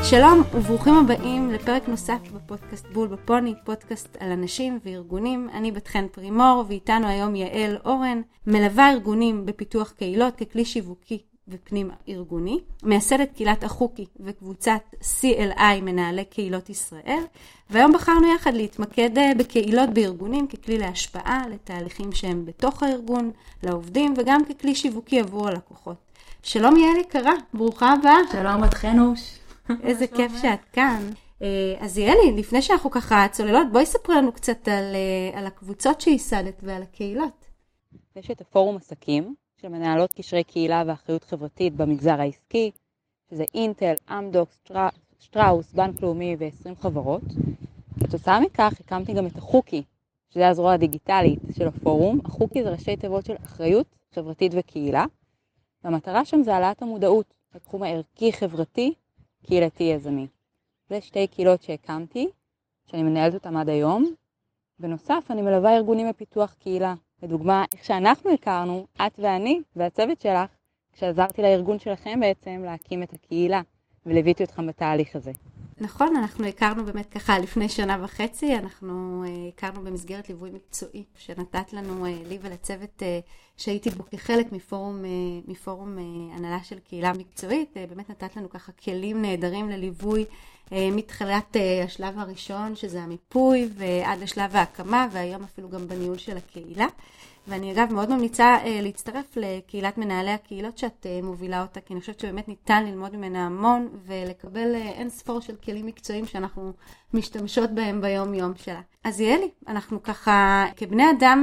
שלום וברוכים הבאים לפרק נוסף בפודקאסט בול בפוני, פודקאסט על אנשים וארגונים. אני בת חן פרימור ואיתנו היום יעל אורן, מלווה ארגונים בפיתוח קהילות ככלי שיווקי ופנים ארגוני, מייסדת קהילת החוקי וקבוצת CLI מנהלי קהילות ישראל, והיום בחרנו יחד להתמקד בקהילות בארגונים ככלי להשפעה לתהליכים שהם בתוך הארגון, לעובדים וגם ככלי שיווקי עבור הלקוחות. שלום יעל יקרה, ברוכה הבאה. שלום בת חנוש. איזה כיף שאת כאן. אז יעלי, לפני שאנחנו ככה צוללות, בואי ספרי לנו קצת על הקבוצות שייסדת ועל הקהילות. יש את הפורום עסקים של מנהלות קשרי קהילה ואחריות חברתית במגזר העסקי, שזה אינטל, אמדוקס, שטראוס, בנק לאומי ו20 חברות. כתוצאה מכך הקמתי גם את החוקי, שזה הזרוע הדיגיטלית של הפורום. החוקי זה ראשי תיבות של אחריות חברתית וקהילה, והמטרה שם זה העלאת המודעות לתחום הערכי חברתי קהילתי יזמי. זה שתי קהילות שהקמתי, שאני מנהלת אותם עד היום. בנוסף, אני מלווה ארגונים בפיתוח קהילה. לדוגמה, איך שאנחנו הכרנו, את ואני והצוות שלך, כשעזרתי לארגון שלכם בעצם להקים את הקהילה, ולוויתי אתכם בתהליך הזה. נכון, אנחנו הכרנו באמת ככה לפני שנה וחצי, אנחנו הכרנו במסגרת ליווי מקצועי, שנתת לנו, לי ולצוות שהייתי בו כחלק מפורום הנהלה של קהילה מקצועית, באמת נתת לנו ככה כלים נהדרים לליווי מתחילת השלב הראשון, שזה המיפוי, ועד לשלב ההקמה, והיום אפילו גם בניהול של הקהילה. ואני אגב מאוד ממליצה להצטרף לקהילת מנהלי הקהילות שאת מובילה אותה, כי אני חושבת שבאמת ניתן ללמוד ממנה המון ולקבל אין ספור של כלים מקצועיים שאנחנו משתמשות בהם ביום יום שלה. אז יעלי, אנחנו ככה כבני אדם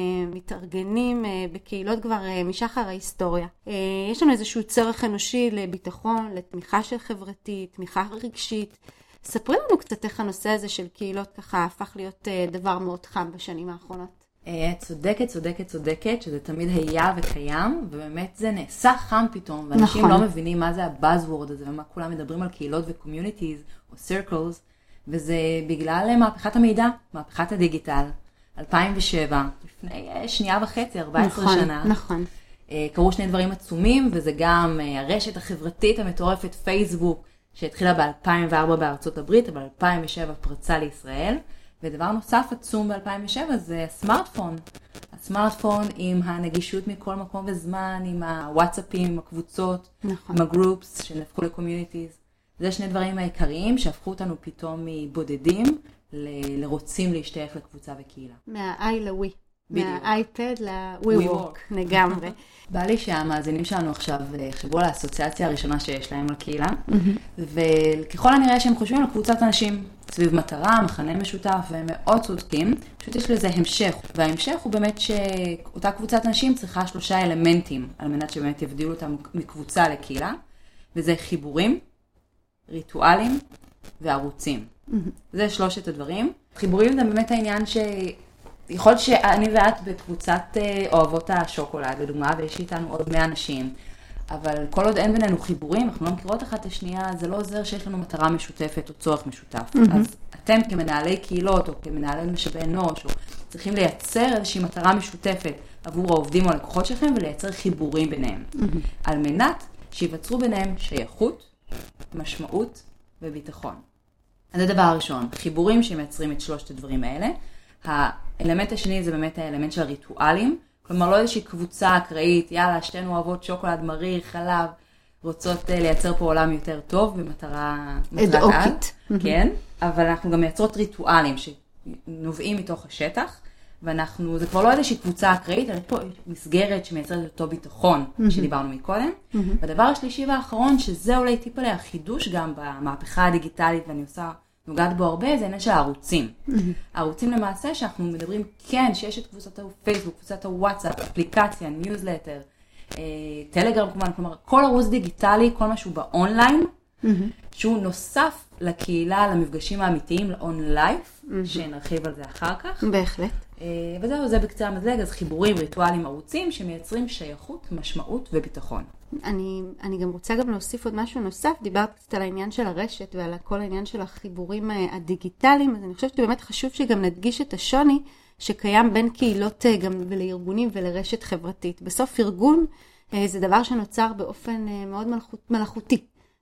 מתארגנים בקהילות כבר משחר ההיסטוריה. יש לנו איזשהו צורך אנושי לביטחון, לתמיכה של חברתית, תמיכה רגשית. ספרי לנו קצת איך הנושא הזה של קהילות ככה הפך להיות דבר מאוד חם בשנים האחרונות. צודקת, שזה תמיד היה וקיים, ובאמת זה נעשה חם פתאום, ואנשים לא מבינים מה זה הבאזוורד הזה, ומה כולם מדברים על קהילות וקומיוניטיז, או סירקלס, וזה בגלל מהפכת המידע, מהפכת הדיגיטל, 2007, לפני שנייה וחצי, 14 שנה. נכון. קרו שני דברים עצומים, וזה גם הרשת החברתית המטורפת, פייסבוק, שהתחילה ב-2004 בארצות הברית, אבל 2007 פרצה לישראל, ודבר נוסף עצום ב-2007 זה הסמארטפון. הסמארטפון עם הנגישות מכל מקום וזמן, עם הוואטסאפים, עם הקבוצות, עם הגרופס שנהפכו לקומיוניטיז. זה שני דברים העיקריים שהפכו אותנו פתאום מבודדים לרוצים להשתייך לקבוצה וקהילה. מהאי לווי. מהאייפד ל-WeWork, לגמרי. בא לי שהמאזינים שלנו עכשיו חיברו לאסוציאציה הראשונה שיש להם לקהילה, וככל הנראה שהם חושבים על קבוצת אנשים סביב מטרה, מחנה משותף, והם מאוד צודקים, פשוט יש לזה המשך, וההמשך הוא באמת שאותה קבוצת אנשים צריכה 3 אלמנטים, על מנת שבאמת יבדילו אותם מקבוצה לקהילה, וזה חיבורים, ריטואלים וערוצים. זה 3 הדברים. חיבורים זה באמת העניין יכול להיות שאני ואת בקבוצת אוהבות השוקולד, לדוגמה, ויש איתנו עוד 100 אנשים, אבל כל עוד אין בינינו חיבורים, אנחנו לא מכירות אחת את השנייה, זה לא עוזר שיש לנו מטרה משותפת או צורך משותף. אז אתם כמנהלי קהילות או כמנהלי משאבי אנוש, צריכים לייצר איזושהי מטרה משותפת עבור העובדים או הלקוחות שלכם, ולייצר חיבורים ביניהם. על מנת שיווצרו ביניהם שייכות, משמעות וביטחון. אז זה דבר הראשון, חיבורים שמייצרים את 3 הדברים האלה. האלמנט השני זה באמת האלמנט של הריטואלים, כלומר לא איזושהי קבוצה אקראית, יאללה, שתינו אוהבות שוקולד, מריר, חלב, רוצות לייצר פה עולם יותר טוב במטרה אדאוקית. כן, אבל אנחנו גם מייצרות ריטואלים שנובעים מתוך השטח, ואנחנו, זה כבר לא איזושהי קבוצה אקראית, אלא פה מסגרת שמייצרת אותו ביטחון שדיברנו מקודם. והדבר השלישי והאחרון, שזה אולי טיפה החידוש גם במהפכה הדיגיטלית, ואני נוגעת בו הרבה, זה עניין של הערוצים. הערוצים למעשה שאנחנו מדברים, כן, שיש את קבוצת הפייסבוק, קבוצת הוואטסאפ, אפליקציה, ניוזלטר, טלגרם כלומר, כל ערוץ דיגיטלי, כל משהו באונליין, שהוא נוסף לקהילה, למפגשים האמיתיים, ל-on-life, שנרחיב על זה אחר כך. בהחלט. וזהו, זה בקצה המזלג, אז חיבורים, ריטואלים, ערוצים, שמייצרים שייכות, משמעות וביטחון. אני גם רוצה גם להוסיף עוד משהו נוסף, דיברת קצת על העניין של הרשת ועל כל העניין של החיבורים הדיגיטליים, אז אני חושבת שבאמת חשוב שגם נדגיש את השוני שקיים בין קהילות גם ולארגונים ולרשת חברתית. בסוף ארגון זה דבר שנוצר באופן מאוד מלאכותי.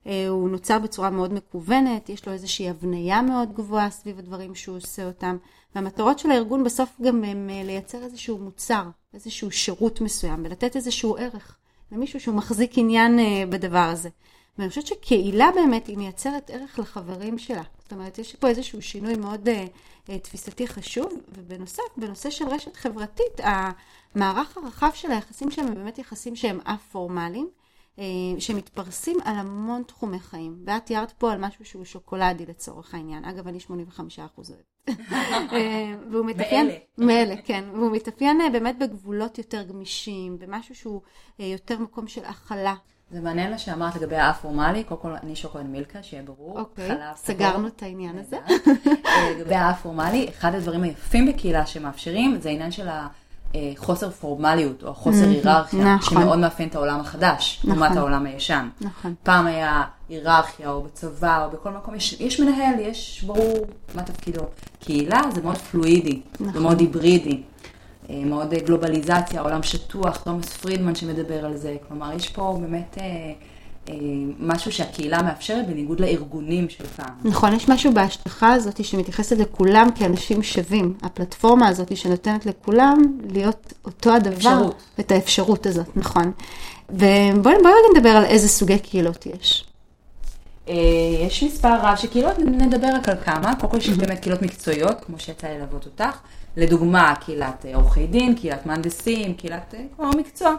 הוא נוצר בצורה מאוד מקוונת, יש לו איזושהי הבניה מאוד גבוהה סביב הדברים שהוא עושה אותם, והמטרות של הארגון בסוף גם הם לייצר איזשהו מוצר, איזשהו שירות מסוים, ולתת איזשהו ערך למישהו שהוא מחזיק עניין בדבר הזה. ואני חושבת שקהילה באמת היא מייצרת ערך לחברים שלה. זאת אומרת, יש פה איזשהו שינוי מאוד תפיסתי חשוב, ובנוסף, בנושא של רשת חברתית, המערך הרחב של היחסים שלהם הם באמת יחסים שהם א-פורמליים, שמתפרסים על המון תחומי חיים. ואת תיארת פה על משהו שהוא שוקולדי לצורך העניין. אגב, אני 85% והוא מתאפיין... מאלה, כן. והוא מתאפיין באמת בגבולות יותר גמישים, במשהו שהוא יותר מקום של הכלה. זה מעניין לה שאמרת לגבי האפורמלי, קודם כל אני שוקולד מילקה, שיהיה ברור. אוקיי, סגרנו את העניין הזה. לגבי האפורמלי, אחד הדברים היפים בקהילה שמאפשרים, זה העניין של חוסר פורמליות, או חוסר היררכיה, שמאוד מאפיין את העולם החדש, לעומת העולם הישן. פעם היה היררכיה, או בצבא, או בכל מקום, יש מנהל, יש ברור מה תפקידו. קהילה זה מאוד פלואידי, זה מאוד היברידי, מאוד גלובליזציה, העולם שטוח, תומס פרידמן שמדבר על זה, כלומר, יש פה באמת משהו שהקהילה מאפשרת בניגוד לארגונים של פעם. נכון, יש משהו בהשטחה הזאת שמתייחסת לכולם כאנשים שווים. הפלטפורמה הזאת שנותנת לכולם להיות אותו הדבר. אפשרות. את האפשרות הזאת, נכון. ובואו רגע נדבר על איזה סוגי קהילות יש. יש מספר רב שקהילות, נדבר רק על כמה. קודם כל יש באמת קהילות מקצועיות, כמו שיצא ללוות אותך. לדוגמה, קהילת עורכי דין, קהילת מהנדסים, קהילת מקצוע.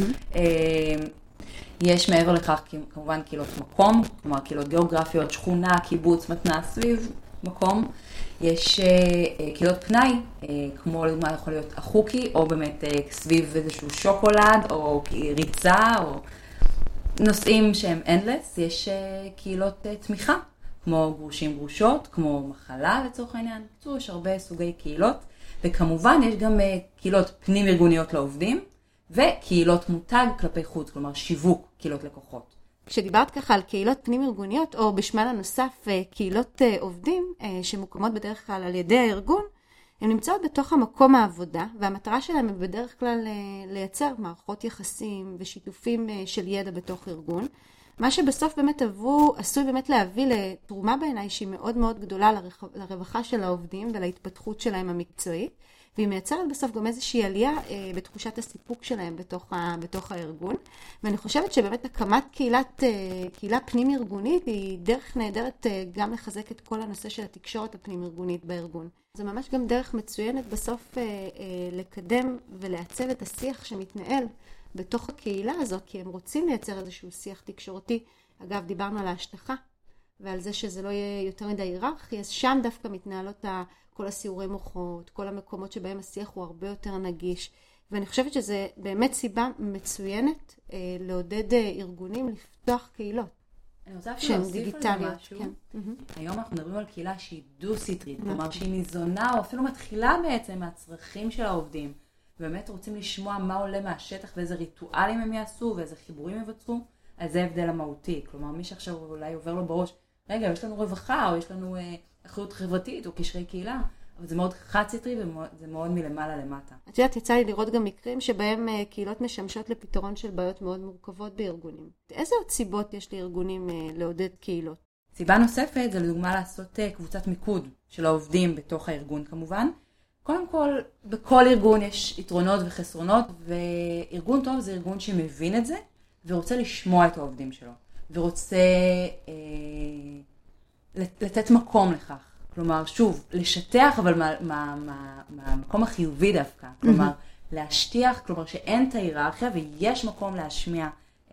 יש מעבר לכך כמובן קהילות מקום, כלומר קהילות גיאוגרפיות, שכונה, קיבוץ, מתנ"ס, סביב מקום. יש קהילות פנאי, כמו לדוגמה יכול להיות החוקי, או באמת סביב איזשהו שוקולד, או ריצה, או נושאים שהם endless. יש קהילות תמיכה, כמו גרושים גרושות, כמו מחלה לצורך העניין. יש הרבה סוגי קהילות, וכמובן יש גם קהילות פנים ארגוניות לעובדים, וקהילות מותג כלפי חוץ, כלומר שיווק קהילות לקוחות. כשדיברת ככה על קהילות פנים ארגוניות, או בשמן הנוסף קהילות עובדים, שמוקמות בדרך כלל על ידי הארגון, הן נמצאות בתוך המקום העבודה, והמטרה שלהם היא בדרך כלל לייצר מערכות יחסים ושיתופים של ידע בתוך ארגון, מה שבסוף באמת עשוי באמת להביא לתרומה בעיניי שהיא מאוד מאוד גדולה לרווחה של העובדים ולהתפתחות שלהם המקצועית, והיא מייצרת בסוף גם איזושהי עלייה בתחושת הסיפוק שלהם בתוך הארגון. ואני חושבת שבאמת הקמת קהילה פנים ארגונית היא דרך נהדרת גם לחזק את כל הנושא של התקשורת הפנים ארגונית בארגון. זה ממש גם דרך מצוינת בסוף לקדם ולעצב את השיח שמתנהל בתוך הקהילה הזאת, כי הם רוצים לייצר איזשהו שיח תקשורתי. אגב, דיברנו על ההשטחה ועל זה שזה לא יהיה יותר מדי היררכי, אז שם דווקא מתנהלות כל הסיורי מוחות, כל המקומות שבהם השיח הוא הרבה יותר נגיש. ואני חושבת שזה באמת סיבה מצוינת לעודד ארגונים לפתוח קהילות. אני רוצה אפילו להוסיף על זה משהו. היום אנחנו מדברים על קהילה שהיא דו-סטרית, כלומר שהיא ניזונה או אפילו מתחילה בעצם מהצרכים של העובדים. באמת רוצים לשמוע מה עולה מהשטח ואיזה ריטואלים הם יעשו ואיזה חיבורים יבצעו. אז זה ההבדל המהותי. כלומר, מי שעכשיו אולי עובר לו בראש, רגע, יש לנו רווחה או יש לנו אחריות חברתית או קשרי קהילה, אבל זה מאוד חד-סטרי וזה מאוד מלמעלה למטה. את יודעת, יצא לי לראות גם מקרים שבהם קהילות משמשות לפתרון של בעיות מאוד מורכבות בארגונים. איזה עוד סיבות יש לארגונים לעודד קהילות? סיבה נוספת זה לדוגמה לעשות קבוצת מיקוד של העובדים בתוך הארגון כמובן. קודם כל, בכל ארגון יש יתרונות וחסרונות, וארגון טוב זה ארגון שמבין את זה, ורוצה לשמוע את העובדים שלו, ורוצה לתת מקום לכך. כלומר, שוב, לשטח, אבל מהמקום החיובי דווקא. כלומר, להשטיח, כלומר שאין את ההיררכיה, ויש מקום להשמיע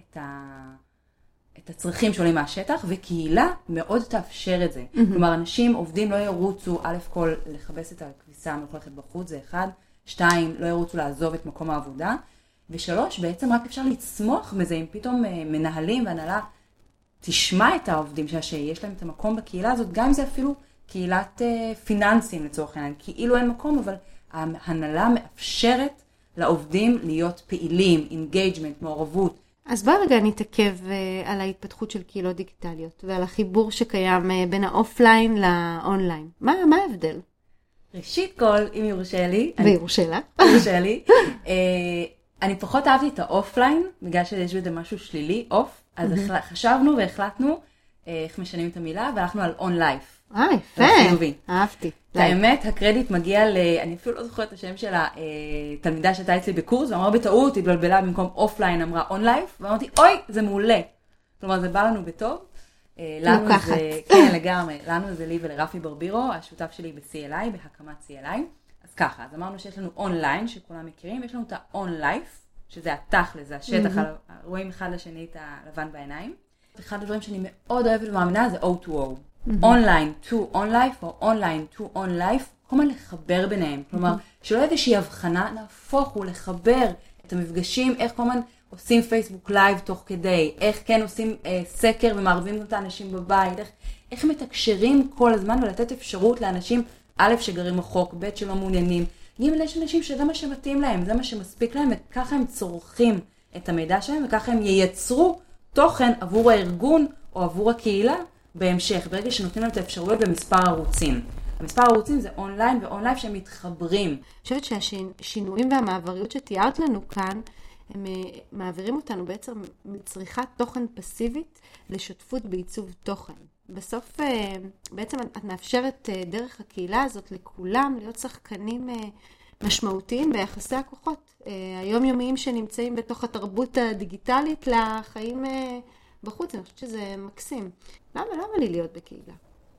את הצרכים שעולים מהשטח, וקהילה מאוד תאפשר את זה. כלומר, אנשים, עובדים לא ירוצו, א' כל, לחבש את הכביסה המלוכלכת בחוץ, זה 1. 2, לא ירוצו לעזוב את מקום העבודה. ו3, בעצם רק אפשר לצמוח מזה, אם פתאום מנהלים והנהלה תשמע את העובדים שיש להם את המקום בקהילה הזאת, גם אם זה אפילו קהילת פיננסים לצורך העניין, כאילו אין מקום, אבל ההנהלה מאפשרת לעובדים להיות פעילים, אינגייג'מנט, מעורבות. אז בוא רגע נתעכב על ההתפתחות של קהילות דיגיטליות, ועל החיבור שקיים בין האופליין לאונליין. מה ההבדל? ראשית כל, אם יורשה לי. ויורשה לי. אני פחות אהבתי את האופליין, בגלל שיש בזה משהו שלילי, אוף, אז חשבנו והחלטנו איך משנים את המילה, והלכנו על on life. יפה, אהבתי. האמת, הקרדיט מגיע אני אפילו לא זוכרת את השם של התלמידה שהייתה אצלי בקורס, ואמרה בטעות, התבלבלה במקום אופליין, אמרה on life, ואמרתי, אוי, זה מעולה. כלומר, זה בא לנו בטוב. לנו זה, כן, לגמרי. לנו זה לי ולרפי ברבירו, השותף שלי ב-CLI, בהקמת CLI. אז ככה, אז אמרנו שיש לנו אונליין, שכולם מכירים, יש לנו את ה-on life, שזה התכל'ס, זה השטח, רואים אחד לשני את הלבן בעיניים. אחד הדברים שאני מאוד אוהבת ומאמינה זה O2O. Online to on life או online to on life, כל הזמן לחבר ביניהם. כלומר, שלא איזושהי הבחנה, נהפוך הוא לחבר את המפגשים, איך כל הזמן עושים פייסבוק לייב תוך כדי, איך כן עושים סקר ומערבים גם את האנשים בבית, איך מתקשרים כל הזמן ולתת אפשרות לאנשים, א' שגרים רחוק, ב' שלא מעוניינים. יש אנשים שזה מה שמתאים להם, זה מה שמספיק להם, וככה הם צורכים את המידע שלהם, וככה הם ייצרו תוכן עבור הארגון או עבור הקהילה בהמשך, ברגע שנותנים להם את האפשרויות במספר ערוצים. המספר ערוצים זה אונליין ואונליין שהם מתחברים. אני חושבת שהשינויים והמעבריות שתיארת לנו כאן, הם מעבירים אותנו בעצם מצריכת תוכן פסיבית לשותפות בעיצוב תוכן. בסוף בעצם את מאפשרת דרך הקהילה הזאת לכולם להיות שחקנים משמעותיים ביחסי הכוחות. היומיומיים שנמצאים בתוך התרבות הדיגיטלית לחיים בחוץ. אני חושבת שזה מקסים. למה לי להיות בקהילה?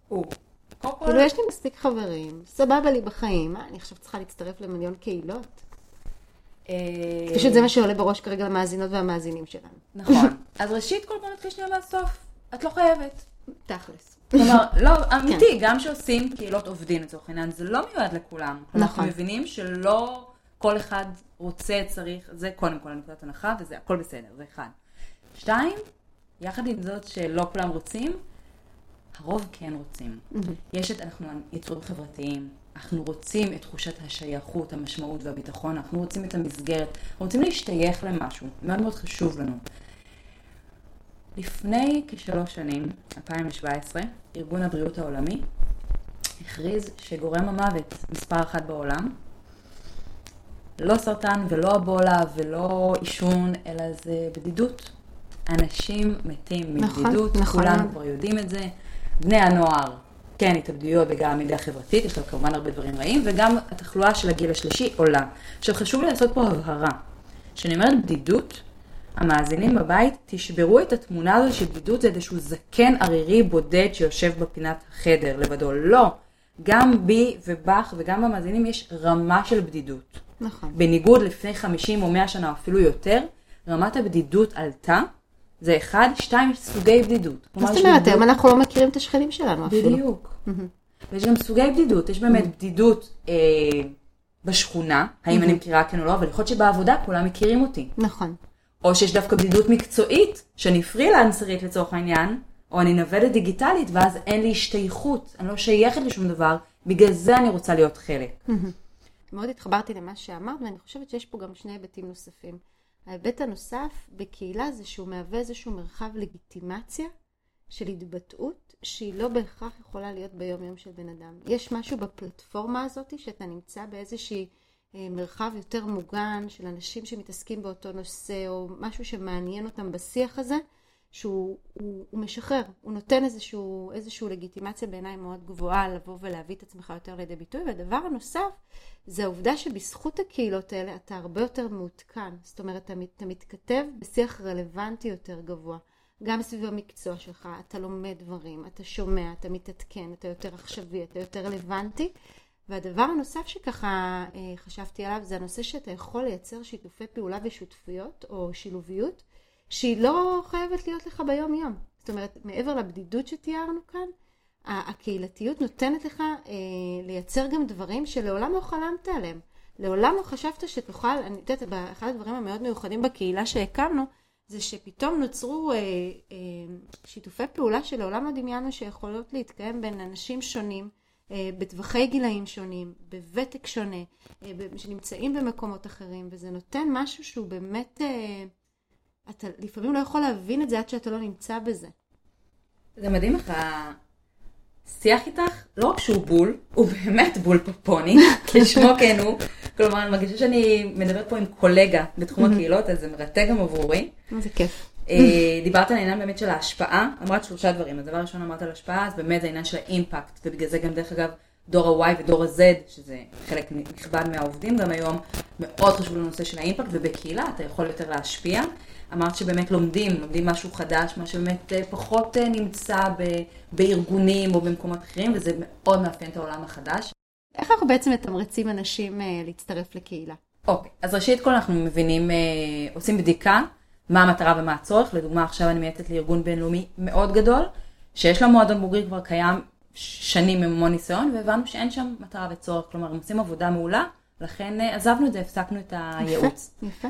כאילו יש לי מספיק חברים, סבבה לי בחיים. אני עכשיו צריכה להצטרף למיליון קהילות. פשוט זה מה שעולה בראש כרגע למאזינות והמאזינים שלנו. נכון. אז ראשית כל פעם נתחיל שנייה מהסוף. את לא חייבת. תכלס. כלומר, לא, אמיתי, גם שעושים קהילות עובדים לצורך העניין, זה לא מיועד לכולם. אנחנו מבינים שלא כל אחד רוצה, צריך, זה קודם כל נקודת הנחה, וזה הכל בסדר, זה אחד. 2, יחד עם זאת שלא כולם רוצים, הרוב כן רוצים. אנחנו יצורים חברתיים, אנחנו רוצים את תחושת השייכות, המשמעות והביטחון, אנחנו רוצים את המסגרת, אנחנו רוצים להשתייך למשהו, מאוד מאוד חשוב לנו. לפני כ3 שנים, 2017, ארגון הבריאות העולמי הכריז שגורם המוות מספר 1 בעולם, לא סרטן ולא אבולה ולא עישון, אלא זה בדידות. אנשים מתים מבדידות, כולנו כבר יודעים את זה. בני הנוער, כן, התאבדויות בגלל המדיה החברתית, יש לה כמובן הרבה דברים רעים, וגם התחלואה של הגיל השלישי עולה. עכשיו חשוב לי לעשות פה הבהרה. כשאני אומרת בדידות, המאזינים בבית תשברו את התמונה הזו שבדידות זה איזשהו זקן ערירי בודד שיושב בפינת החדר לבדו. לא, גם בי ובך וגם במאזינים יש רמה של בדידות. נכון. בניגוד לפני 50 או 100 שנה או אפילו יותר, רמת הבדידות עלתה. זה 1, 2 סוגי בדידות. זאת אומרת, היום אנחנו לא מכירים את השכנים שלנו אפילו. בדיוק. ויש גם סוגי בדידות. יש באמת בדידות בשכונה, האם אני מכירה כן או לא, אבל יכול להיות שבעבודה כולם מכירים אותי. נכון. או שיש דווקא בדידות מקצועית, שאני פרילנסרית לצורך העניין, או אני נוודת דיגיטלית, ואז אין לי השתייכות, אני לא שייכת לשום דבר, בגלל זה אני רוצה להיות חלק. מאוד התחברתי למה שאמרת, ואני חושבת שיש פה גם 2 היבטים נוספים. ההיבט הנוסף בקהילה זה שהוא מהווה איזשהו מרחב לגיטימציה של התבטאות, שהיא לא בהכרח יכולה להיות ביום יום של בן אדם. יש משהו בפלטפורמה הזאת שאתה נמצא באיזושהי מרחב יותר מוגן של אנשים שמתעסקים באותו נושא, או משהו שמעניין אותם בשיח הזה, שהוא משחרר, הוא נותן איזשהו לגיטימציה בעיניי מאוד גבוהה לבוא ולהביא את עצמך יותר לידי ביטוי. והדבר הנוסף זה העובדה שבזכות הקהילות האלה אתה הרבה יותר מעודכן, זאת אומרת אתה מתכתב בשיח רלוונטי יותר גבוה, גם סביב המקצוע שלך, אתה לומד דברים, אתה שומע, אתה מתעדכן, אתה יותר עכשווי, אתה יותר רלוונטי. והדבר הנוסף שככה חשבתי עליו זה הנושא שאתה יכול לייצר שיתופי פעולה ושותפויות או שילוביות שהיא לא חייבת להיות לך ביום יום. זאת אומרת, מעבר לבדידות שתיארנו כאן, הקהילתיות נותנת לך לייצר גם דברים שלעולם לא חלמת עליהם. לעולם לא חשבת שתוכל, אני יודעת, אחד הדברים המאוד מיוחדים בקהילה שהקמנו, זה שפתאום נוצרו שיתופי פעולה שלעולם לא דמיינו שיכולות להתקיים בין אנשים שונים, בטווחי גילאים שונים, בוותק שונה, שנמצאים במקומות אחרים, וזה נותן משהו שהוא באמת, אתה לפעמים לא יכול להבין את זה עד שאתה לא נמצא בזה. זה מדהים לך, שיח איתך, לא רק שהוא בול, הוא באמת בול פופוני, כשמו כן הוא. כלומר, אני מרגישה שאני מדברת פה עם קולגה בתחום הקהילות, אז זה מרתק גם עבורי. זה כיף. דיברת על העניין באמת של ההשפעה, אמרת 3 דברים. הדבר הראשון אמרת על השפעה, אז באמת זה העניין של האימפקט, ובגלל זה גם דרך אגב דור ה-Y ודור ה-Z, שזה חלק נכבד מהעובדים גם היום, מאוד חשוב לנושא של האימפקט, ובקהילה אתה יכול יותר להשפיע. אמרת שבאמת לומדים משהו חדש, מה שבאמת פחות נמצא בארגונים או במקומות אחרים, וזה מאוד מאפיין את העולם החדש. איך אנחנו בעצם מתמרצים אנשים להצטרף לקהילה? אוקיי, אז ראשית כל אנחנו מבינים, עושים בדיקה, מה המטרה ומה הצורך. לדוגמה, עכשיו אני מייעצת לארגון בינלאומי מאוד גדול, שיש לה מועדון בוגרים כבר קיים שנים עם המון ניסיון, והבנו שאין שם מטרה וצורך, כלומר, הם עושים עבודה מעולה, לכן עזבנו את זה, הפסקנו את הייעוץ. יפה.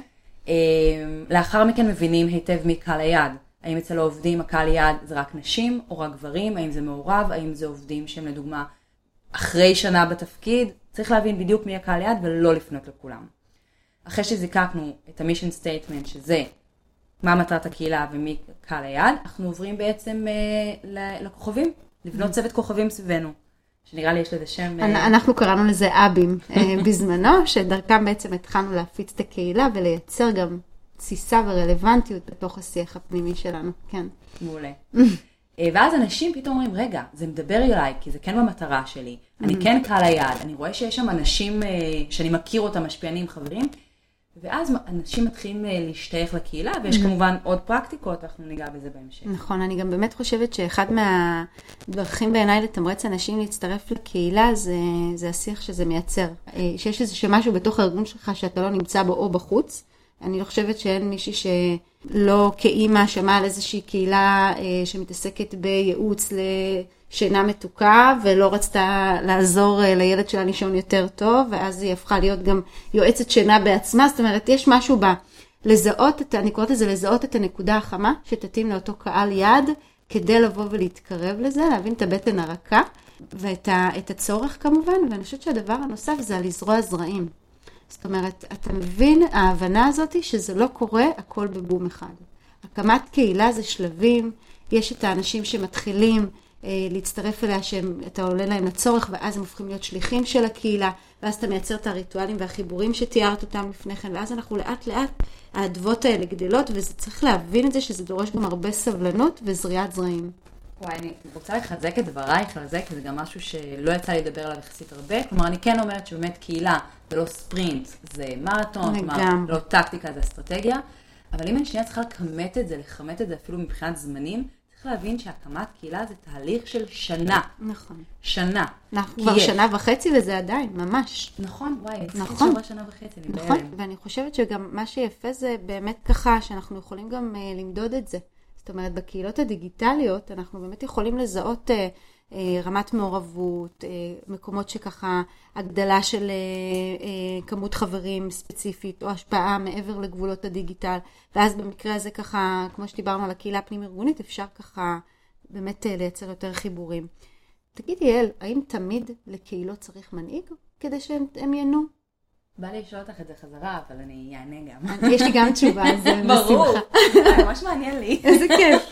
לאחר מכן מבינים היטב מי קהל היעד. האם אצל העובדים הקהל יעד זה רק נשים או רק גברים, האם זה מעורב, האם זה עובדים שהם לדוגמה אחרי שנה בתפקיד, צריך להבין בדיוק מי הקהל יעד ולא לפנות לכולם. אחרי שזיקקנו את המישן סטייטמנט, שזה מה מטרת הקהילה ומי קהל היעד, אנחנו עוברים בעצם לכוכבים, לבנות צוות כוכבים סביבנו, שנראה לי יש לזה שם... אנחנו קראנו לזה אבים בזמנו, שדרכם בעצם התחלנו להפיץ את הקהילה ולייצר גם תסיסה ורלוונטיות בתוך השיח הפנימי שלנו, כן. מעולה. ואז אנשים פתאום אומרים, רגע, זה מדבר אליי, כי זה כן במטרה שלי, אני כן קהל היעד, אני רואה שיש שם אנשים שאני מכיר אותם, משפיענים, חברים, ואז אנשים מתחילים להשתייך לקהילה, ויש כמובן עוד פרקטיקות, ואנחנו ניגע בזה בהמשך. נכון, אני גם באמת חושבת שאחד מהדרכים בעיניי לתמרץ אנשים להצטרף לקהילה, זה השיח שזה מייצר. שיש איזה משהו בתוך הארגון שלך שאתה לא נמצא בו או בחוץ. אני לא חושבת שאין מישהי שלא כאימא שמע על איזושהי קהילה שמתעסקת בייעוץ לשינה מתוקה, ולא רצתה לעזור לילד שלה לישון יותר טוב, ואז היא הפכה להיות גם יועצת שינה בעצמה. זאת אומרת, יש משהו לזהות, אני קוראת לזה לזהות את הנקודה החמה, שתתאים לאותו קהל יעד, כדי לבוא ולהתקרב לזה, להבין את הבטן הרכה, ואת הצורך כמובן, ואני חושבת שהדבר הנוסף זה על לזרוע זרעים. זאת אומרת, אתה מבין ההבנה הזאת שזה לא קורה הכל בבום אחד. הקמת קהילה זה שלבים, יש את האנשים שמתחילים להצטרף אליה, שאתה עולה להם לצורך, ואז הם הופכים להיות שליחים של הקהילה, ואז אתה מייצר את הריטואלים והחיבורים שתיארת אותם לפני כן, ואז אנחנו לאט לאט, האדוות האלה גדלות, וצריך להבין את זה שזה דורש גם הרבה סבלנות וזריעת זרעים. וואי, אני רוצה לחזק את דברייך על זה, כי זה גם משהו שלא יצא לי לדבר עליו יחסית הרבה. כלומר, אני כן אומרת שבאמת קהילה זה לא ספרינט, זה מרתון, כלומר, לא טקטיקה, זה אסטרטגיה. אבל אם אני שנייה צריכה לכמת את זה, לכמת את זה אפילו מבחינת זמנים, צריך להבין שהקמת קהילה זה תהליך של שנה. נכון. שנה. אנחנו כבר שנה וחצי וזה עדיין, ממש. נכון, וואי, נכון. שעברה שנה וחצי, אני נכון, ואני חושבת שגם מה שיפה זה באמת ככה, שאנחנו יכולים גם למדוד את זה. זאת אומרת, בקהילות הדיגיטליות אנחנו באמת יכולים לזהות רמת מעורבות, מקומות שככה הגדלה של כמות חברים ספציפית או השפעה מעבר לגבולות הדיגיטל, ואז במקרה הזה ככה, כמו שדיברנו על הקהילה הפנים ארגונית, אפשר ככה באמת לייצר יותר חיבורים. תגידי יעל, האם תמיד לקהילות צריך מנהיג כדי שהם ייהנו? בא לי לשאול אותך את זה חזרה, אבל אני אענה גם. יש לי גם תשובה, אז ברור. ממש מעניין לי. איזה כיף.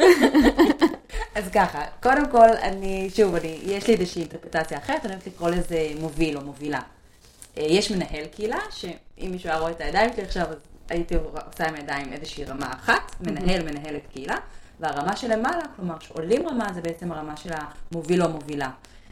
אז ככה, קודם כל, יש לי איזושהי אינטרפרטציה אחרת, אני אוהבת לקרוא לזה מוביל או מובילה. יש מנהל קהילה, שאם מישהו היה רואה את הידיים שלי עכשיו, אז הייתי עושה עם הידיים איזושהי רמה אחת, מנהלת קהילה, והרמה שלמעלה, כלומר שעולים רמה, זה בעצם הרמה של המוביל או מובילה.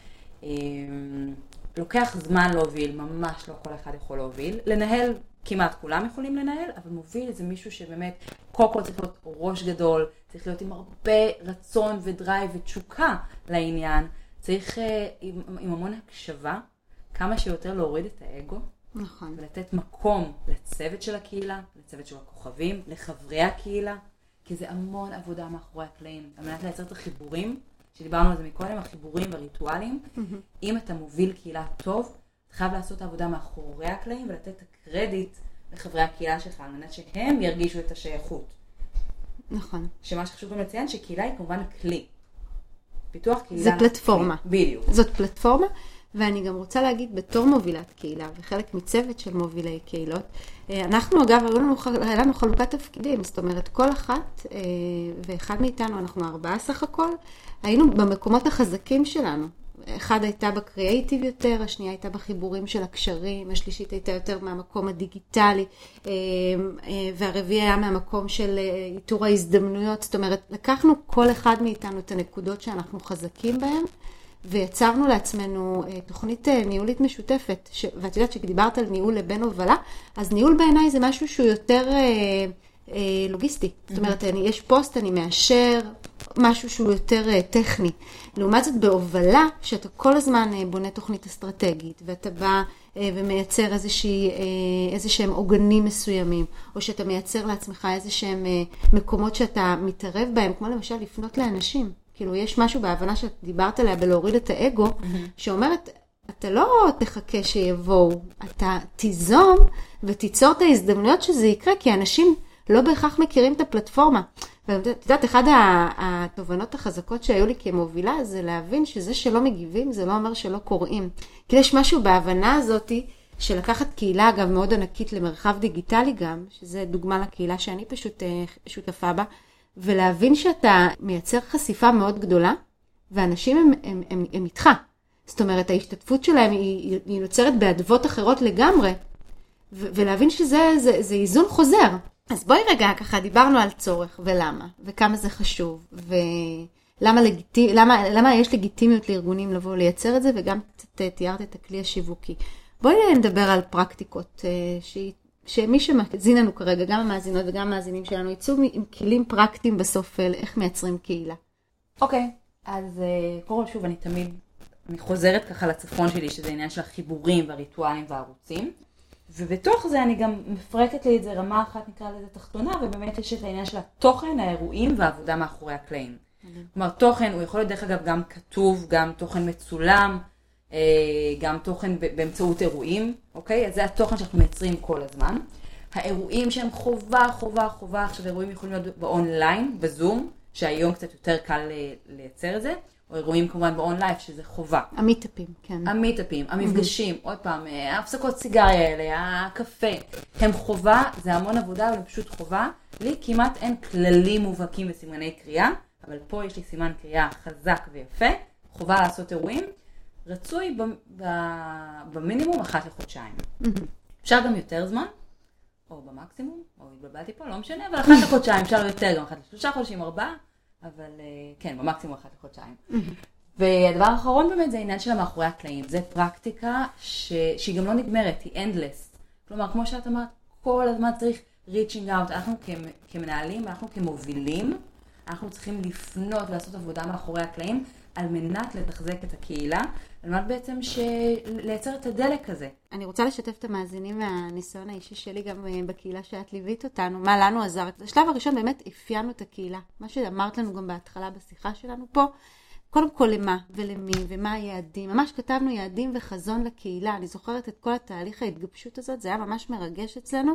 לוקח זמן להוביל, ממש לא כל אחד יכול להוביל. לנהל, כמעט כולם יכולים לנהל, אבל מוביל זה מישהו שבאמת, קודם כל צריך להיות ראש גדול, צריך להיות עם הרבה רצון ודרייב ותשוקה לעניין. צריך עם המון הקשבה, כמה שיותר להוריד את האגו. נכון. ולתת מקום לצוות של הקהילה, לצוות של הכוכבים, לחברי הקהילה, כי זה המון עבודה מאחורי הקלעים. על מנת לייצר את החיבורים, שדיברנו על זה מקודם, החיבורים והריטואלים. אם אתה מוביל קהילה טוב, אתה חייב לעשות עבודה מאחורי הקלעים ולתת את הקרדיט לחברי הקהילה שלך, על מנת שהם ירגישו את השייכות. נכון. שמה שחשוב גם לציין, שקהילה היא כמובן כלי. פיתוח קהילה. זה פלטפורמה. בדיוק. זאת פלטפורמה, ואני גם רוצה להגיד בתור מובילת קהילה, וחלק מצוות של מובילי קהילות, אנחנו אגב, היה לנו חלוקת תפקידים, זאת אומרת, כל אחת ואחד מאיתנו, אנחנו 4 סך הכל, היינו במקומות החזקים שלנו. אחד הייתה בקריאייטיב יותר, השנייה הייתה בחיבורים של הקשרים, השלישית הייתה יותר מהמקום הדיגיטלי, והרביעי היה מהמקום של איתור ההזדמנויות. זאת אומרת, לקחנו כל אחד מאיתנו את הנקודות שאנחנו חזקים בהן, ויצרנו לעצמנו תוכנית ניהולית משותפת. ואת יודעת שדיברת על ניהול לבין הובלה, אז ניהול בעיניי זה משהו שהוא יותר לוגיסטי. זאת אומרת, יש פוסט, אני מאשר, משהו שהוא יותר טכני. לעומת זאת בהובלה, שאתה כל הזמן בונה תוכנית אסטרטגית, ואתה בא ומייצר איזה שהם עוגנים מסוימים, או שאתה מייצר לעצמך איזה שהם מקומות שאתה מתערב בהם, כמו למשל לפנות לאנשים. כאילו, יש משהו בהבנה שאת דיברת עליה בלהוריד את האגו, שאומרת, אתה לא תחכה שיבואו, אתה תיזום ותיצור את ההזדמנויות שזה יקרה, כי אנשים לא בהכרח מכירים את הפלטפורמה. ואת יודעת, אחד התובנות החזקות שהיו לי כמובילה, זה להבין שזה שלא מגיבים, זה לא אומר שלא קוראים. כי יש משהו בהבנה הזאת, של לקחת קהילה, אגב, מאוד ענקית למרחב דיגיטלי גם, שזה דוגמה לקהילה שאני פשוט שותפה בה, ולהבין שאתה מייצר חשיפה מאוד גדולה, ואנשים הם איתך. זאת אומרת, ההשתתפות שלהם היא נוצרת באדוות אחרות לגמרי, ולהבין שזה איזון חוזר. אז בואי רגע, ככה דיברנו על צורך ולמה, וכמה זה חשוב, למה יש לגיטימיות לארגונים לבוא לייצר את זה, וגם קצת תיארת את הכלי השיווקי. בואי נדבר על פרקטיקות, שמי שמאזין לנו כרגע, גם המאזינות וגם המאזינים שלנו, יצאו עם כלים פרקטיים בסוף איך מייצרים קהילה. אוקיי, אז קודם שוב, אני חוזרת ככה לצפון שלי, שזה העניין של החיבורים והריטואלים והערוצים, ובתוך זה אני גם מפרקת לי את זה רמה אחת, נקרא לזה תחתונה, ובאמת יש את העניין של התוכן, האירועים והעבודה מאחורי הקלעים. כלומר, תוכן הוא יכול להיות דרך אגב גם כתוב, גם תוכן מצולם, גם תוכן באמצעות אירועים, אוקיי? אז זה התוכן שאנחנו מייצרים כל הזמן. האירועים שהם חובה, עכשיו אירועים יכולים להיות באונליין, בזום, שהיום קצת יותר קל לייצר את זה, או אירועים כמובן באונלייב, שזה חובה. המיטאפים, כן. המיטאפים, המפגשים, עוד פעם, ההפסקות סיגריה האלה, הקפה, הם חובה, זה המון עבודה, אבל פשוט חובה. לי כמעט אין כללים מובהקים וסימני קריאה, אבל פה יש לי סימן קריאה חזק ויפה, חובה לעשות אירועים, רצוי במינימום אחת לחודשיים. אפשר גם יותר זמן, או במקסימום, או התבלבלתי פה, לא משנה, אבל אחת לחודשיים, אפשר יותר, גם אחת לשלושה חודשים, 4, אבל כן, במקסימום אחת לחודשיים. והדבר האחרון באמת זה העניין שלה מאחורי הקלעים. זה פרקטיקה שהיא גם לא נגמרת, היא endless. כלומר, כמו שאת אמרת, כל הזמן צריך reaching out. אנחנו כמנהלים, אנחנו כמובילים, אנחנו צריכים לפנות ולעשות עבודה מאחורי הקלעים, על מנת לתחזק את הקהילה, על מנת בעצם לייצר את הדלק הזה. אני רוצה לשתף את המאזינים מהניסיון האישי שלי גם בקהילה שאת ליווית אותנו, מה לנו עזר. בשלב הראשון באמת אפיינו את הקהילה. מה שאמרת לנו גם בהתחלה בשיחה שלנו פה, קודם כל למה ולמי ומה היעדים. ממש כתבנו יעדים וחזון לקהילה. אני זוכרת את כל התהליך ההתגבשות הזאת, זה היה ממש מרגש אצלנו.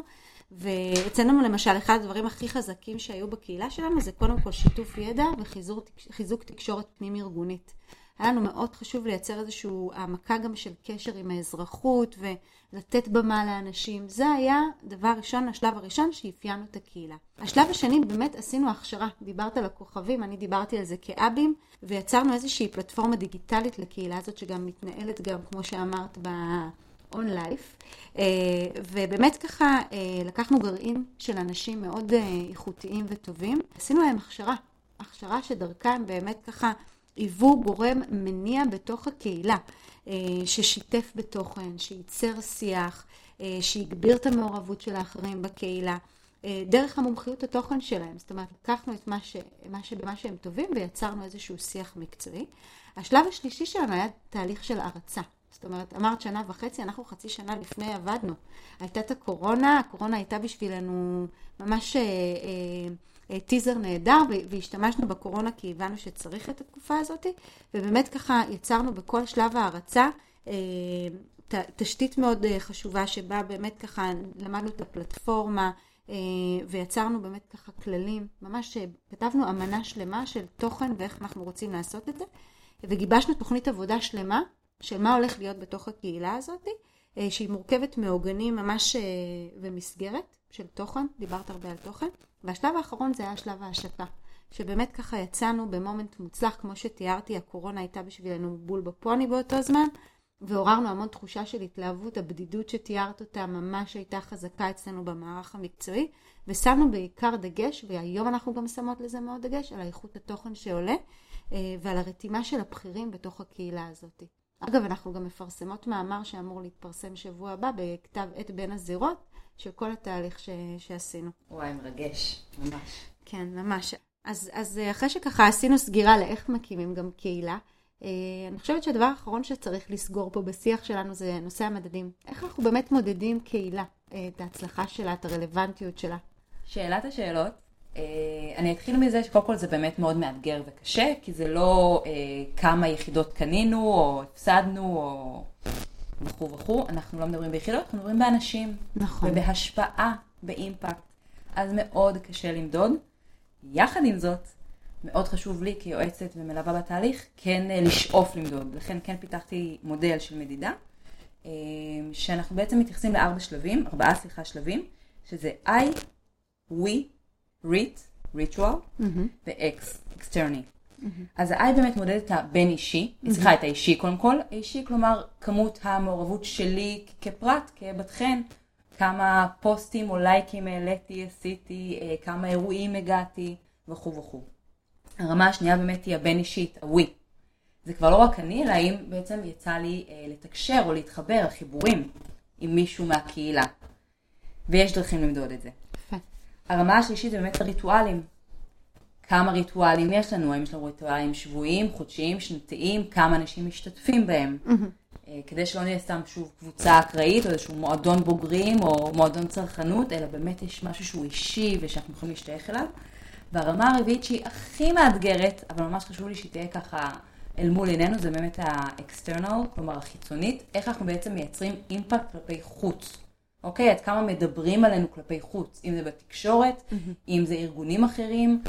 ואצלנו למשל אחד הדברים הכי חזקים שהיו בקהילה שלנו זה קודם כל שיתוף ידע וחיזוק תקשורת פנים ארגונית. היה לנו מאוד חשוב לייצר איזשהו העמקה גם של קשר עם האזרחות ולתת במה לאנשים. זה היה דבר ראשון, השלב הראשון שאפיינו את הקהילה. השלב השני באמת עשינו הכשרה. דיברת על הכוכבים, אני דיברתי על זה כאבים, ויצרנו איזושהי פלטפורמה דיגיטלית לקהילה הזאת שגם מתנהלת גם כמו שאמרת און-לייף, ובאמת ככה לקחנו גרעין של אנשים מאוד איכותיים וטובים, עשינו להם הכשרה שדרכה הם באמת ככה היוו גורם מניע בתוך הקהילה, ששיתף בתוכן, שייצר שיח, שיגביר את המעורבות של האחרים בקהילה, דרך המומחיות התוכן שלהם. זאת אומרת, לקחנו את במה שהם טובים ויצרנו איזשהו שיח מקצועי. השלב השלישי שלנו היה תהליך של הרצה. זאת אומרת, אמרת 1.5 שנה, אנחנו חצי שנה לפני עבדנו. הייתה את הקורונה הייתה בשבילנו ממש טיזר נהדר, והשתמשנו בקורונה כי הבנו שצריך את התקופה הזאת, ובאמת ככה יצרנו בכל שלב ההרצה תשתית מאוד חשובה שבה באמת ככה למדנו את הפלטפורמה, ויצרנו באמת ככה כללים, ממש כתבנו אמנה שלמה של תוכן ואיך אנחנו רוצים לעשות את זה, וגיבשנו תוכנית עבודה שלמה, של מה הולך להיות בתוך הקהילה הזאת, שהיא מורכבת מעוגנים ממש במסגרת של תוכן, דיברת הרבה על תוכן, והשלב האחרון זה היה שלב ההשקה, שבאמת ככה יצאנו במומנט מוצלח, כמו שתיארתי, הקורונה הייתה בשבילנו בול בפוני באותו זמן, ועוררנו המון תחושה של התלהבות, הבדידות שתיארת אותה ממש הייתה חזקה אצלנו במערך המקצועי, ושמנו בעיקר דגש, והיום אנחנו גם שמות לזה מאוד דגש, על איכות התוכן שעולה, ועל הרתימה של הבכירים בתוך הקהילה הזאת. אגב, אנחנו גם מפרסמות מאמר שאמור להתפרסם שבוע הבא, בכתב עת בין הזירות, של כל התהליך שעשינו. וואי, מרגש, ממש. כן, ממש. אז אחרי שככה עשינו סגירה לאיך מקימים גם קהילה, אני חושבת שהדבר האחרון שצריך לסגור פה בשיח שלנו זה נושא המדדים. איך אנחנו באמת מודדים קהילה, את ההצלחה שלה, את הרלוונטיות שלה? שאלת השאלות, אני אתחיל מזה שקודם כל זה באמת מאוד מאתגר וקשה, כי זה לא כמה יחידות קנינו או הפסדנו או וכו'. אנחנו לא מדברים ביחידות, אנחנו מדברים באנשים. נכון. ובהשפעה, באימפקט. אז מאוד קשה למדוד. יחד עם זאת, מאוד חשוב לי כיועצת ומלווה בתהליך, כן לשאוף למדוד. לכן כן פיתחתי מודל של מדידה, שאנחנו בעצם מתייחסים לארבעה שלבים, שזה I, we, ritual, ו-X, external. אז ה-I באמת מודד את הבין אישי, צריכה את האישי קודם כל, האישי כלומר כמות המעורבות שלי כפרט, כבת חן, כמה פוסטים או לייקים העליתי, עשיתי, כמה אירועים הגעתי וכו'. הרמה השנייה באמת היא הבין אישית, ה-we. זה כבר לא רק אני, אלא אם בעצם יצא לי לתקשר או להתחבר, חיבורים עם מישהו מהקהילה. ויש דרכים למדוד את זה. הרמה השלישית זה באמת הריטואלים. כמה ריטואלים יש לנו? האם יש לנו ריטואלים שבועיים, חודשיים, שנתיים? כמה אנשים משתתפים בהם? כדי שלא נהיה סתם שוב קבוצה אקראית, או איזשהו מועדון בוגרים, או מועדון צרכנות, אלא באמת יש משהו שהוא אישי ושאנחנו יכולים להשתייך אליו. והרמה הרביעית שהיא הכי מאתגרת, אבל ממש חשוב לי שהיא תהיה ככה אל מול עינינו, זה באמת ה-external, כלומר החיצונית, איך אנחנו בעצם מייצרים אימפקט כלפי חוץ. אוקיי, עד כמה מדברים עלינו כלפי חוץ, אם זה בתקשורת, אם זה ארגונים אחרים,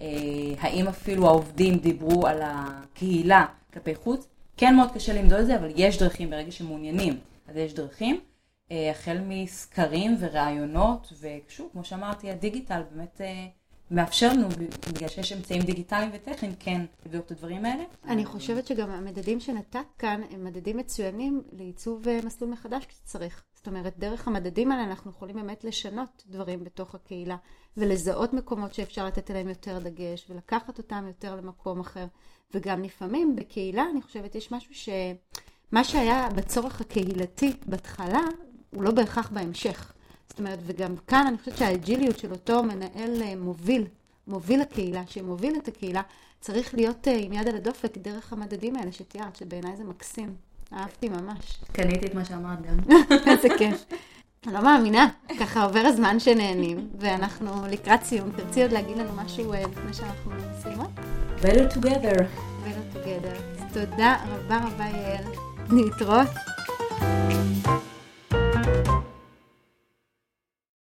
האם אפילו העובדים דיברו על הקהילה כלפי חוץ. כן מאוד קשה למדוד את זה, אבל יש דרכים ברגע שמעוניינים. אז יש דרכים, החל מסקרים ורעיונות, ושוב, כמו שאמרתי, הדיגיטל באמת מאפשר לנו, בגלל שיש אמצעים דיגיטליים וטכניים, כן, לבדוק את הדברים האלה. אני חושבת שגם המדדים שנתת כאן הם מדדים מצוינים לעיצוב מסלול מחדש כשצריך. זאת אומרת, דרך המדדים האלה אנחנו יכולים באמת לשנות דברים בתוך הקהילה, ולזהות מקומות שאפשר לתת אליהם יותר דגש, ולקחת אותם יותר למקום אחר. וגם לפעמים בקהילה, אני חושבת, יש משהו מה שהיה בצורך הקהילתי בהתחלה, הוא לא בהכרח בהמשך. זאת אומרת, וגם כאן אני חושבת שהאג'יליות של אותו מנהל מוביל הקהילה, שמוביל את הקהילה, צריך להיות עם יד על הדופק דרך המדדים האלה שתיארת, שבעיניי זה מקסים. אהבתי ממש. קניתי את מה שאמרת גם. איזה כיף. אני לא מאמינה, ככה עובר הזמן שנהנים, ואנחנו לקראת סיום. תרצי עוד להגיד לנו משהו לפני שאנחנו מסיימות? Better together. Better together. תודה רבה יעל. נתראות.